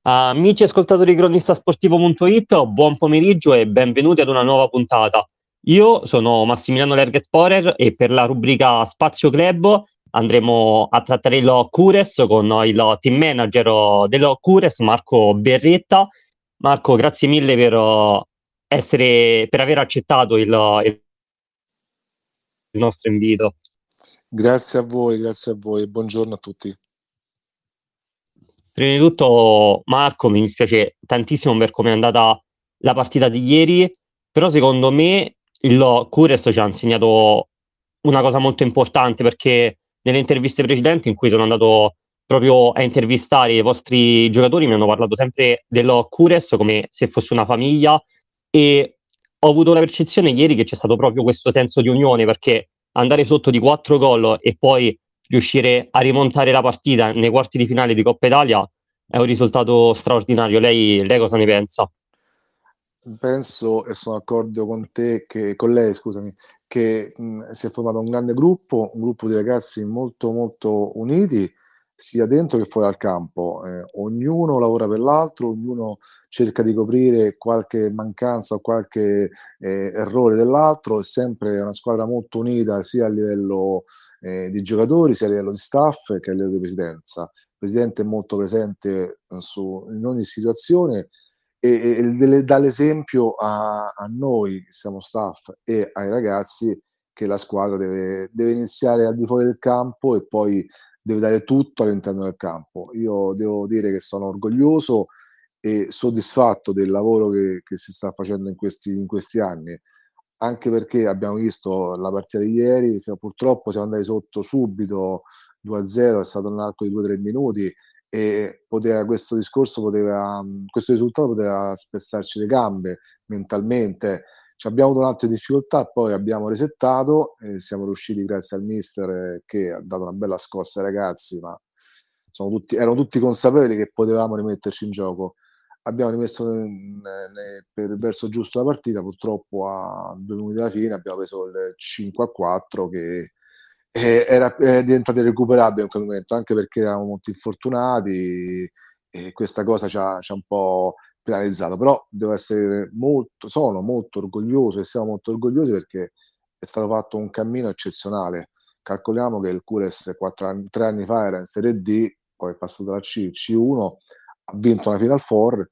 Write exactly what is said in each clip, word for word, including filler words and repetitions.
Amici ascoltatori di cronistasportivo punto it, buon pomeriggio e benvenuti ad una nuova puntata. Io sono Massimiliano Lerget Porer e per la rubrica Spazio Club andremo a trattare il Cures con il team manager dello Cures, Marco Berretta. Marco, grazie mille per, eh, essere, per aver accettato il, il nostro invito. Grazie a voi, grazie a voi e buongiorno a tutti. Prima di tutto, Marco, mi dispiace tantissimo per come è andata la partita di ieri, però secondo me il Cures ci ha insegnato una cosa molto importante, perché nelle interviste precedenti in cui sono andato proprio a intervistare i vostri giocatori mi hanno parlato sempre del Cures come se fosse una famiglia, e ho avuto la percezione ieri che c'è stato proprio questo senso di unione, perché andare sotto di quattro gol e poi riuscire a rimontare la partita nei quarti di finale di Coppa Italia è un risultato straordinario. Lei, lei cosa ne pensa? Penso e sono d'accordo con te, che, con lei, scusami, che mh, si è formato un grande gruppo, un gruppo di ragazzi molto molto uniti, sia dentro che fuori dal campo. Eh, ognuno lavora per l'altro, ognuno cerca di coprire qualche mancanza o qualche eh, errore dell'altro. È sempre una squadra molto unita sia a livello eh, di giocatori, sia a livello di staff che a livello di presidenza. Il presidente è molto presente eh, su, in ogni situazione e, e delle- dà l'esempio a, a noi che siamo staff e ai ragazzi che la squadra deve, deve iniziare al di fuori del campo e poi deve dare tutto all'interno del campo. Io devo dire che sono orgoglioso e soddisfatto del lavoro che, che si sta facendo in questi, in questi anni, anche perché abbiamo visto la partita di ieri, siamo, purtroppo siamo andati sotto subito due a zero, è stato nell'arco di due tre minuti e poteva, questo discorso poteva, questo risultato poteva spezzarci le gambe mentalmente. Ci abbiamo avuto un attimo di difficoltà, poi abbiamo resettato e siamo riusciti grazie al mister eh, che ha dato una bella scossa ai ragazzi, ma sono tutti, erano tutti consapevoli che potevamo rimetterci in gioco. Abbiamo rimesso in- ne- per il verso giusto la partita, purtroppo a due minuti dalla fine abbiamo preso il cinque a quattro che eh, era è diventato irrecuperabile in quel momento, anche perché eravamo molto infortunati e questa cosa ci ha, ci ha un po' penalizzato. Però devo essere molto, sono molto orgoglioso e siamo molto orgogliosi perché è stato fatto un cammino eccezionale. Calcoliamo che il Cures quattro anni, tre anni fa era in Serie D, poi è passato alla C, C uno, ha vinto una Final Four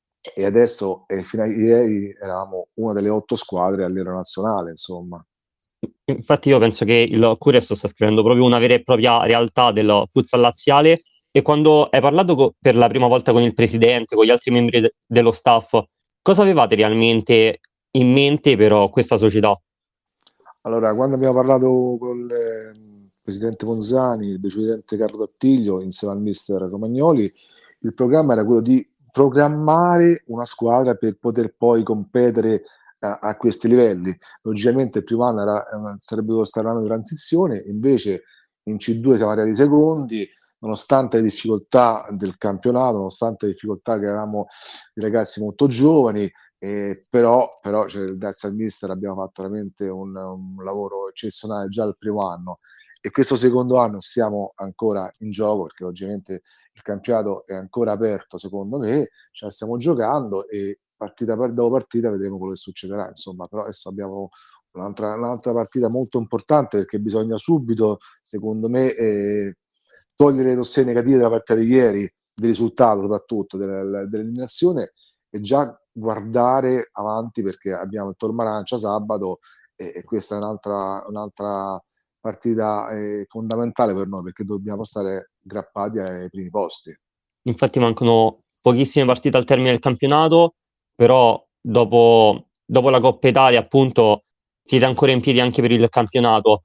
e adesso eh, fino a ieri eravamo una delle otto squadre a livello nazionale, insomma. Infatti io penso che il Cures sta scrivendo proprio una vera e propria realtà del futsal laziale, e quando hai parlato co- per la prima volta con il presidente, con gli altri membri de- dello staff, cosa avevate realmente in mente per questa società? Allora, quando abbiamo parlato con il eh, presidente Monzani, il vicepresidente Carlo Tattiglio, insieme al mister Romagnoli, il programma era quello di programmare una squadra per poter poi competere a, a questi livelli. Logicamente il primo anno era, eh, sarebbe dovuto stare un anno di transizione, invece in C due siamo arrivati secondi, nonostante le difficoltà del campionato, nonostante le difficoltà che avevamo di ragazzi molto giovani, eh, però, però cioè, grazie al mister abbiamo fatto veramente un, un lavoro eccezionale già il primo anno e questo secondo anno siamo ancora in gioco perché ovviamente il campionato è ancora aperto secondo me, ce la stiamo giocando e partita per dopo partita vedremo quello che succederà, insomma. Però adesso abbiamo un'altra, un'altra partita molto importante perché bisogna subito, secondo me, eh, togliere le tosse negative della partita di ieri, del risultato soprattutto, del- dell'eliminazione e già guardare avanti perché abbiamo il Tormarancia sabato e, e questa è un'altra, un'altra partita eh, fondamentale per noi perché dobbiamo stare grappati ai primi posti. Infatti mancano pochissime partite al termine del campionato, però dopo, dopo la Coppa Italia, appunto, siete ancora in piedi anche per il campionato.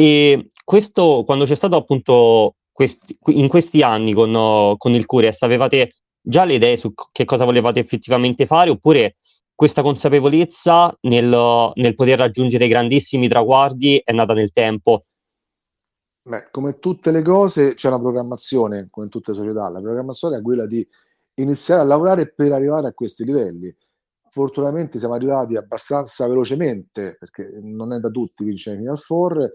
E questo, quando c'è stato appunto questi, in questi anni con, con il Cures, avevate già le idee su co- che cosa volevate effettivamente fare, oppure questa consapevolezza nel, nel poter raggiungere grandissimi traguardi è nata nel tempo? Beh, come tutte le cose c'è una programmazione, come in tutte le società. La programmazione è quella di iniziare a lavorare per arrivare a questi livelli. Fortunatamente siamo arrivati abbastanza velocemente, perché non è da tutti vincere Final Four,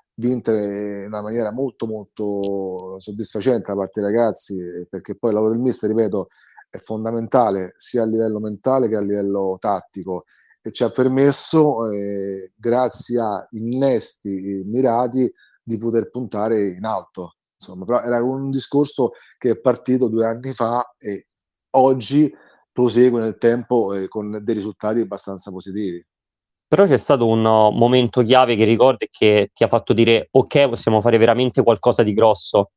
vinte in una maniera molto molto soddisfacente da parte dei ragazzi, perché poi il lavoro del mister, ripeto, è fondamentale sia a livello mentale che a livello tattico, e ci ha permesso, eh, grazie a innesti mirati, di poter puntare in alto. Insomma, però era un discorso che è partito due anni fa e oggi prosegue nel tempo, eh, con dei risultati abbastanza positivi. Però c'è stato un uh, momento chiave che ricordi e che ti ha fatto dire ok, possiamo fare veramente qualcosa di grosso.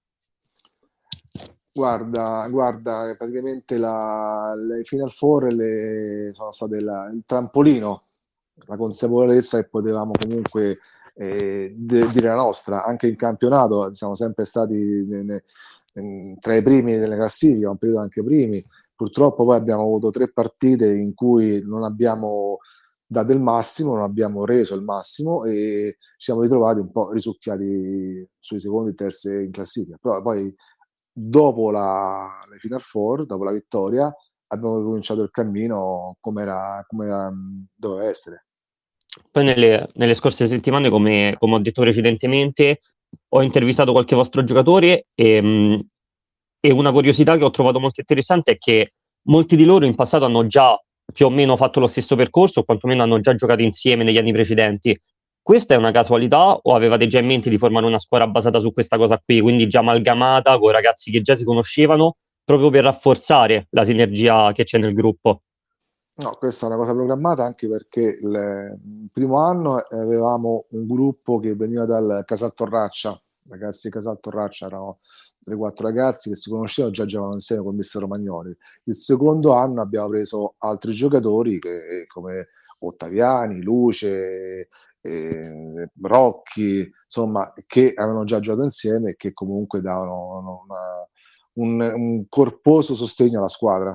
Guarda, guarda, praticamente la, le Final Four le, sono state la- il trampolino, la consapevolezza che potevamo comunque, eh, de- dire la nostra. Anche in campionato siamo sempre stati ne- ne- in- tra i primi delle classifiche, un periodo anche primi. Purtroppo poi abbiamo avuto tre partite in cui non abbiamo dato il massimo, non abbiamo reso il massimo e ci siamo ritrovati un po' risucchiati sui secondi e terzi in classifica. Però poi dopo la, le Final Four, dopo la vittoria, abbiamo ricominciato il cammino come era, come era, doveva essere. Poi nelle, nelle scorse settimane, come, come ho detto precedentemente, ho intervistato qualche vostro giocatore e, mh, e una curiosità che ho trovato molto interessante è che molti di loro in passato hanno già più o meno fatto lo stesso percorso, o quantomeno hanno già giocato insieme negli anni precedenti. Questa è una casualità o avevate già in mente di formare una squadra basata su questa cosa qui, quindi già amalgamata con ragazzi che già si conoscevano, proprio per rafforzare la sinergia che c'è nel gruppo? No, questa è una cosa programmata anche perché il, il primo anno avevamo un gruppo che veniva dal Casal Torraccia, ragazzi di Casal Torraccia erano tre quattro ragazzi che si conoscevano, già giocavano insieme con mister Romagnoli. Il secondo anno abbiamo preso altri giocatori che, come Ottaviani, Luce, eh, Rocchi, insomma, che avevano già giocato insieme e che comunque davano una- un, un corposo sostegno alla squadra.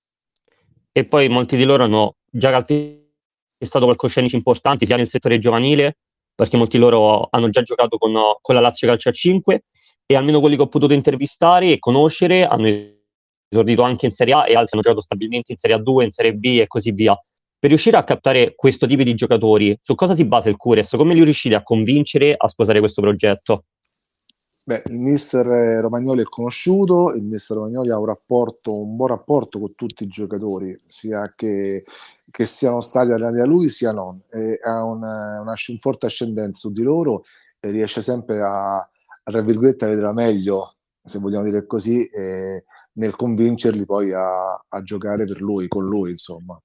E poi molti di loro hanno già calpestato palcoscenici importanti sia nel settore giovanile, perché molti di loro hanno già giocato con, con la Lazio Calcio a cinque e almeno quelli che ho potuto intervistare e conoscere hanno esordito anche in Serie A e altri hanno giocato stabilmente in Serie A due, in Serie B e così via. Per riuscire a captare questo tipo di giocatori, su cosa si basa il Cures? Come li riuscite a convincere a sposare questo progetto? Beh, il mister Romagnoli è conosciuto, il mister Romagnoli ha un rapporto, un buon rapporto con tutti i giocatori, sia che, che siano stati allenati da lui, sia non. E ha una, una, un forte ascendenza su di loro e riesce sempre a, a, tra virgolette, a vedere meglio, se vogliamo dire così, eh, nel convincerli poi a, a giocare per lui, con lui, insomma.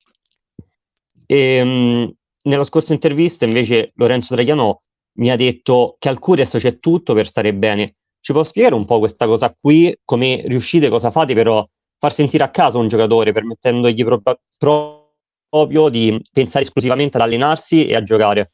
E, mh, nella scorsa intervista invece Lorenzo Dragliano mi ha detto che al Cures c'è tutto per stare bene. Ci può spiegare un po' questa cosa qui? Come riuscite, cosa fate per far sentire a casa un giocatore, permettendogli pro- proprio di pensare esclusivamente ad allenarsi e a giocare?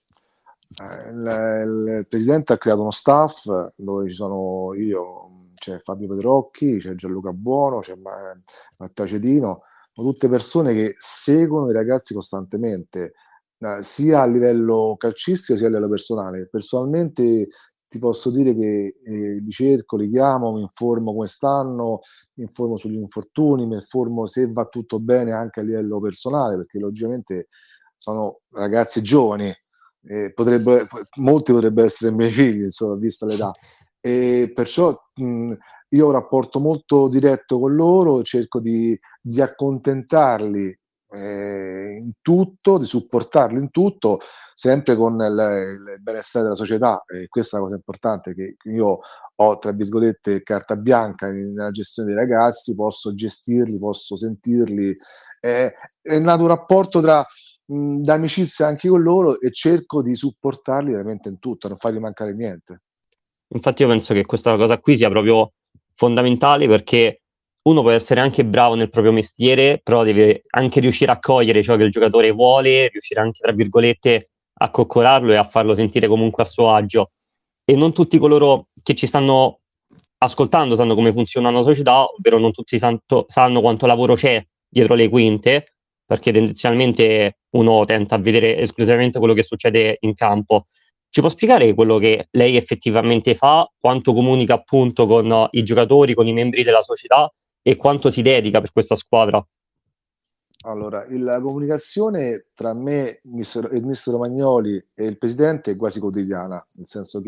Eh, il, il presidente ha creato uno staff dove ci sono io, c'è Fabio Pedrocchi, c'è Gianluca Buono, c'è Ma- Matteo Cedino, sono tutte persone che seguono i ragazzi costantemente, eh, sia a livello calcistico sia a livello personale. Personalmente ti posso dire che, eh, li cerco, li chiamo, mi informo come stanno, mi informo sugli infortuni, mi informo se va tutto bene anche a livello personale, perché logicamente sono ragazzi giovani, eh, potrebbe, molti potrebbero essere miei figli, insomma, vista l'età. E perciò mh, io ho un rapporto molto diretto con loro, cerco di, di accontentarli, eh, in tutto, di supportarli in tutto, sempre con il, il benessere della società. E questa è una cosa importante, che io ho, tra virgolette, carta bianca nella gestione dei ragazzi, posso gestirli, posso sentirli. È, è nato un rapporto tra mh, d'amicizia anche con loro e cerco di supportarli veramente in tutto, non fargli mancare niente. Infatti io penso che questa cosa qui sia proprio fondamentale perché uno può essere anche bravo nel proprio mestiere, però deve anche riuscire a cogliere ciò che il giocatore vuole, riuscire anche, tra virgolette, a coccolarlo e a farlo sentire comunque a suo agio. E non tutti coloro che ci stanno ascoltando sanno come funziona una società, ovvero non tutti santo, sanno quanto lavoro c'è dietro le quinte, perché tendenzialmente uno tenta a vedere esclusivamente quello che succede in campo. Ci può spiegare quello che lei effettivamente fa, quanto comunica appunto con i giocatori, con i membri della società e quanto si dedica per questa squadra? Allora, il- la comunicazione tra me, mister, il mister Romagnoli e il presidente è quasi quotidiana, nel senso che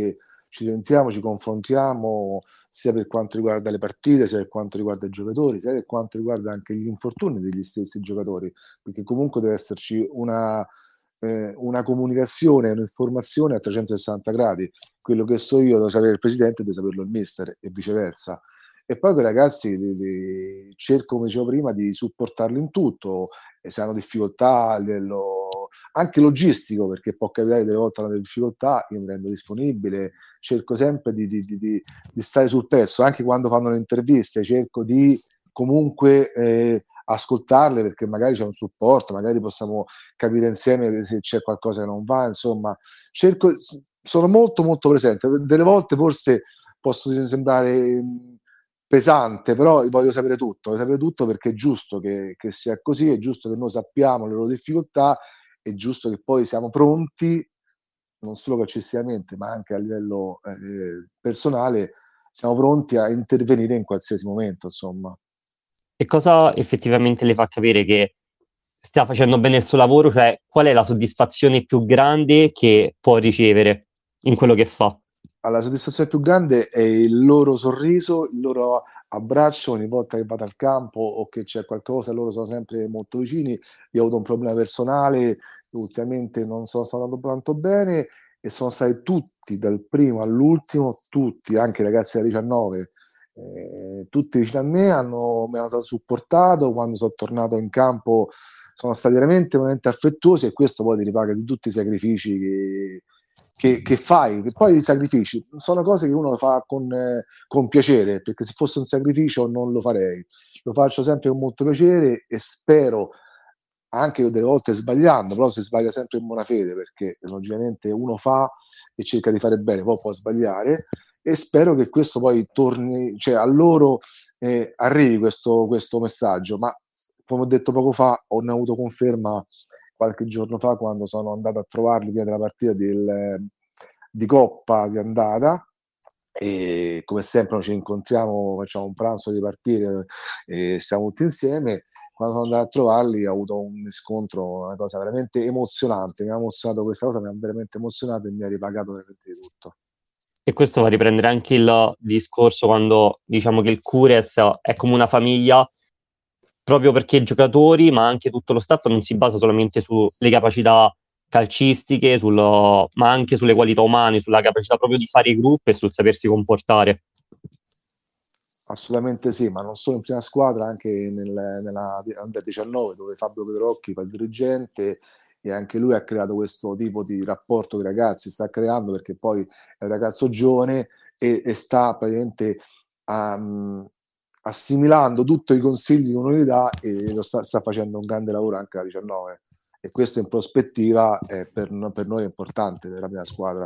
ci sentiamo, ci confrontiamo sia per quanto riguarda le partite, sia per quanto riguarda i giocatori, sia per quanto riguarda anche gli infortuni degli stessi giocatori, perché comunque deve esserci una, eh, una comunicazione, un'informazione a trecentosessanta gradi. Quello che so io devo sapere il presidente, deve saperlo il mister e viceversa. E poi quei ragazzi li, li cerco, come dicevo prima, di supportarli in tutto, e se hanno difficoltà a livello anche logistico, perché può capitare delle volte hanno delle difficoltà, io mi rendo disponibile, cerco sempre di, di, di, di, di stare sul pezzo, anche quando fanno le interviste, cerco di comunque eh, ascoltarle, perché magari c'è un supporto, magari possiamo capire insieme se c'è qualcosa che non va, insomma, cerco, sono molto molto presente, delle volte forse posso sembrare pesante, però voglio sapere tutto, voglio sapere tutto perché è giusto che, che sia così, è giusto che noi sappiamo le loro difficoltà, è giusto che poi siamo pronti, non solo calcisticamente, ma anche a livello eh, personale, siamo pronti a intervenire in qualsiasi momento, insomma. E cosa effettivamente le fa capire che sta facendo bene il suo lavoro? Cioè, qual è la soddisfazione più grande che può ricevere in quello che fa? La soddisfazione più grande è il loro sorriso, il loro abbraccio ogni volta che vado al campo o che c'è qualcosa, loro sono sempre molto vicini. Io ho avuto un problema personale, ultimamente non sono stato tanto, tanto bene, e sono stati tutti, dal primo all'ultimo, tutti, anche i ragazzi da diciannove, eh, tutti vicino a me, hanno, mi hanno supportato. Quando sono tornato in campo sono stati veramente, veramente affettuosi, e questo poi ti ripaga di tutti i sacrifici che che, che fai, che poi i sacrifici sono cose che uno fa con, eh, con piacere, perché se fosse un sacrificio non lo farei, lo faccio sempre con molto piacere, e spero, anche delle volte sbagliando, però si sbaglia sempre in buona fede, perché logicamente uno fa e cerca di fare bene, poi può sbagliare, e spero che questo poi torni, cioè a loro eh, arrivi questo, questo messaggio. Ma come ho detto poco fa, ho ne avuto conferma qualche giorno fa, quando sono andato a trovarli prima della partita del, di Coppa di andata, e come sempre noi ci incontriamo, facciamo un pranzo di partire e stiamo tutti insieme. Quando sono andato a trovarli ho avuto un riscontro, una cosa veramente emozionante, mi ha emozionato questa cosa, mi ha veramente emozionato e mi ha ripagato veramente di tutto. E questo va a riprendere anche il discorso quando diciamo che il Cures è come una famiglia, proprio perché i giocatori, ma anche tutto lo staff, non si basa solamente sulle capacità calcistiche, sul, ma anche sulle qualità umane, sulla capacità proprio di fare i gruppi e sul sapersi comportare. Assolutamente sì, ma non solo in prima squadra, anche nel, nella Under diciannove, dove Fabio Pedrocchi fa il dirigente, e anche lui ha creato questo tipo di rapporto che i ragazzi sta creando, perché poi è un ragazzo giovane e, e sta praticamente um, assimilando tutti i consigli che uno gli dà, e lo sta, sta facendo un grande lavoro anche alla diciannove, e questo in prospettiva è per, per noi è importante, per la prima squadra.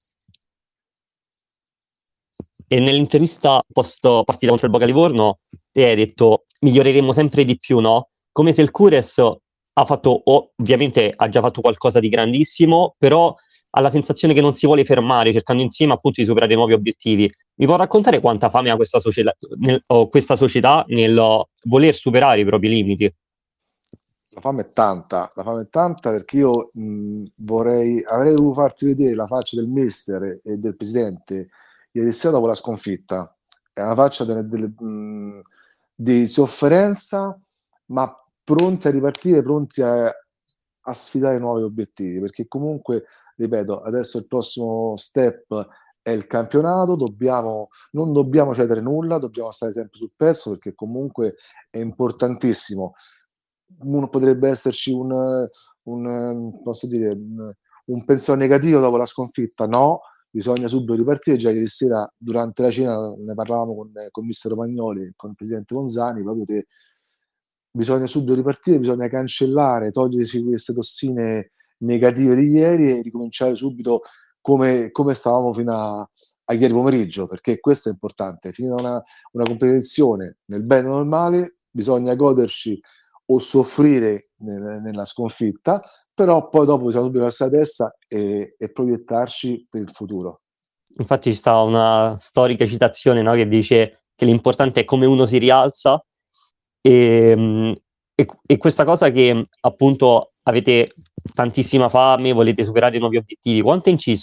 E nell'intervista post partita contro il Boca Livorno te hai detto miglioreremo sempre di più, no? Come se il Cures ha fatto, ovviamente ha già fatto qualcosa di grandissimo, però ha la sensazione che non si vuole fermare, cercando insieme appunto di superare nuovi obiettivi. Mi può raccontare quanta fame ha questa società nel, oh, questa società nel voler superare i propri limiti? La fame è tanta, la fame è tanta, perché io mh, vorrei, avrei voluto farti vedere la faccia del mister e del presidente ieri sera dopo la sconfitta. È una faccia delle- delle, mh, di sofferenza, ma pronti a ripartire, pronti a, a sfidare nuovi obiettivi, perché comunque, ripeto, adesso il prossimo step è il campionato, dobbiamo, non dobbiamo cedere nulla, dobbiamo stare sempre sul pezzo, perché comunque è importantissimo. Uno potrebbe esserci un, un, posso dire, un, un pensiero negativo dopo la sconfitta, no, bisogna subito ripartire. Già ieri sera durante la cena ne parlavamo con, con mister Romagnoli e con il presidente Monzani, proprio che bisogna subito ripartire, bisogna cancellare, togliersi queste tossine negative di ieri e ricominciare subito come, come stavamo fino a, a ieri pomeriggio, perché questo è importante. Finita una, una competizione nel bene o nel male, bisogna goderci o soffrire nel, nella sconfitta, però poi dopo bisogna subito alzare la testa e, e proiettarci per il futuro. Infatti ci sta una storica citazione, no, che dice che l'importante è come uno si rialza e, mh, e, e questa cosa che appunto avete tantissima fame, volete superare nuovi obiettivi, quanto è inciso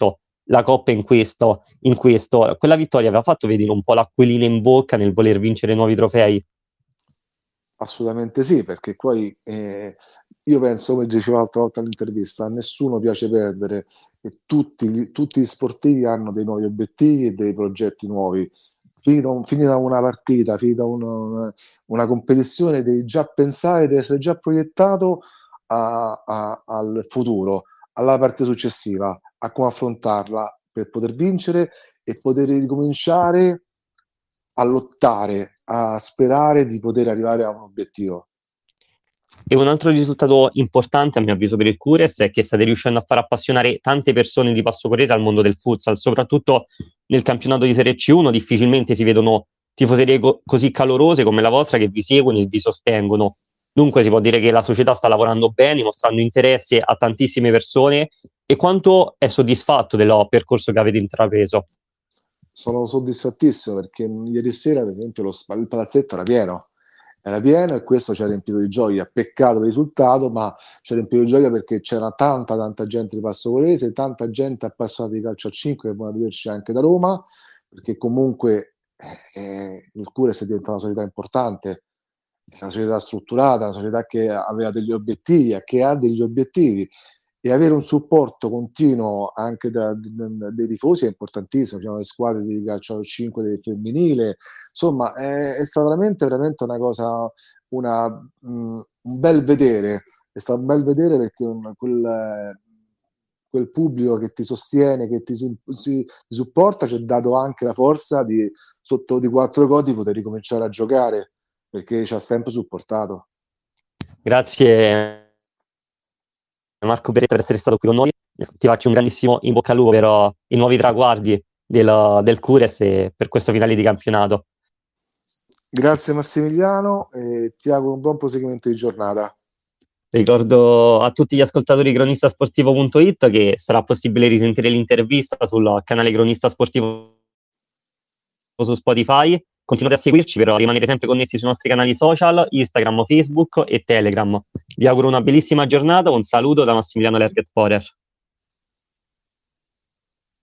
la Coppa in questo, in questo. Quella vittoria aveva fatto vedere un po' l'acquolina in bocca nel voler vincere nuovi trofei? Assolutamente sì, perché poi eh, io penso, come dicevo l'altra volta all'intervista, a nessuno piace perdere e tutti gli, tutti gli sportivi hanno dei nuovi obiettivi e dei progetti nuovi. Finita, un- finita una partita, finita una, una, una competizione, devi già pensare, devi essere già proiettato a- a- al futuro, alla partita successiva, a come affrontarla per poter vincere e poter ricominciare a lottare, a sperare di poter arrivare a un obiettivo. E un altro risultato importante, a mio avviso, per il Cures è che state riuscendo a far appassionare tante persone di Passo Corese al mondo del futsal, soprattutto nel campionato di Serie C uno. Difficilmente si vedono tifoserie co- così calorose come la vostra che vi seguono e vi sostengono. Dunque si può dire che la società sta lavorando bene, mostrando interesse a tantissime persone. E quanto è soddisfatto del percorso che avete intrapreso? Sono soddisfattissimo perché ieri sera, per esempio, lo, sp- il palazzetto era pieno, era pieno e questo ci ha riempito di gioia. Peccato il risultato, ma ci ha riempito di gioia perché c'era tanta, tanta gente di Passo Corese, tanta gente appassionata di calcio a cinque che vuole vederci anche da Roma, perché comunque eh, il Cures è diventata una società importante, è una società strutturata, una società che aveva degli obiettivi, che ha degli obiettivi e avere un supporto continuo anche da, da, dei tifosi è importantissimo. Ci sono le squadre di calcio cinque del femminile, insomma è, è stata veramente, veramente una cosa, una, mh, un bel vedere, è stato un bel vedere perché un, quel, quel pubblico che ti sostiene, che ti, si, si- ti supporta, ci ha dato anche la forza di sotto di quattro gol di poter ricominciare a giocare perché ci ha sempre supportato. Grazie Marco Beretta per essere stato qui con noi. Ti faccio un grandissimo in bocca al lupo per uh, i nuovi traguardi del, del Cures e per questo finale di campionato. Grazie Massimiliano e ti auguro un buon proseguimento di giornata. Ricordo a tutti gli ascoltatori di cronistasportivo punto it che sarà possibile risentire l'intervista sul canale Cronista Sportivo su Spotify. Continuate a seguirci per rimanere sempre connessi sui nostri canali social, Instagram, Facebook e Telegram. Vi auguro una bellissima giornata, un saluto da Massimiliano Lerget Forer.